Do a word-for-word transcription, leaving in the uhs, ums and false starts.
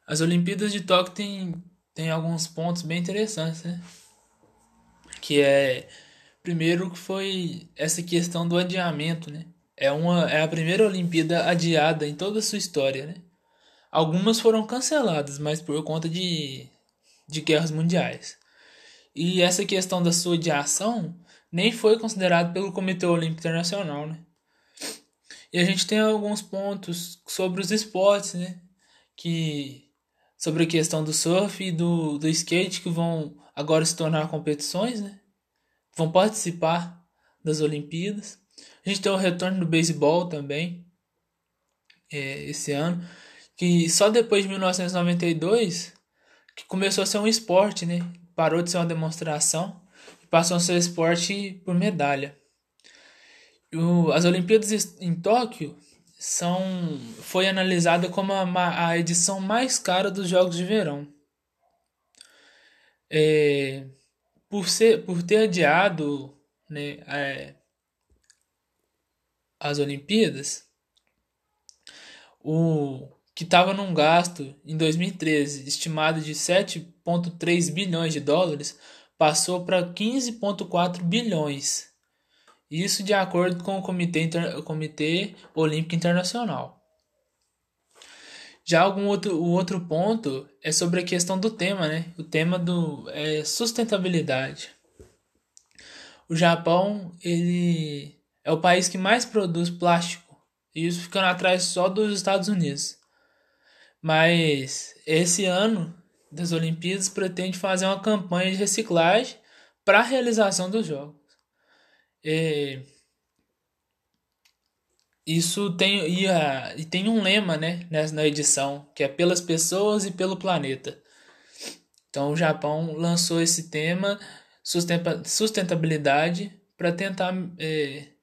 As Olimpíadas de Tóquio tem, tem alguns pontos bem interessantes, né? Que é, primeiro que foi essa questão do adiamento, né? É, uma, é a primeira Olimpíada adiada em toda a sua história, né? Algumas foram canceladas, mas por conta de, de guerras mundiais. E essa questão da sua adiação nem foi considerada pelo Comitê Olímpico Internacional, né? E a gente tem alguns pontos sobre os esportes, né? Que sobre a questão do surf e do, do skate que vão agora se tornar competições, né? Vão participar das Olimpíadas. A gente tem o retorno do beisebol também, é, esse ano, que só depois de mil novecentos e noventa e dois que começou a ser um esporte, né? Parou de ser uma demonstração e passou a ser um esporte por medalha. O, as Olimpíadas em Tóquio são, foi analisada como a, a edição mais cara dos Jogos de Verão. É, por, ser, por ter adiado, né, é, as Olimpíadas, o que estava num gasto em dois mil e treze estimado de sete vírgula três bilhões de dólares passou para quinze vírgula quatro bilhões. Isso de acordo com o Comitê, Inter... o Comitê Olímpico Internacional. Já algum outro, o outro ponto é sobre a questão do tema, né? O tema do é sustentabilidade. O Japão, ele é o país que mais produz plástico, e isso ficando atrás só dos Estados Unidos. Mas esse ano das Olimpíadas pretende fazer uma campanha de reciclagem para a realização dos jogos. É, isso tem e, a, e tem um lema, né, nessa na edição, que é pelas pessoas e pelo planeta. Então o Japão lançou esse tema sustentabilidade para tentar é,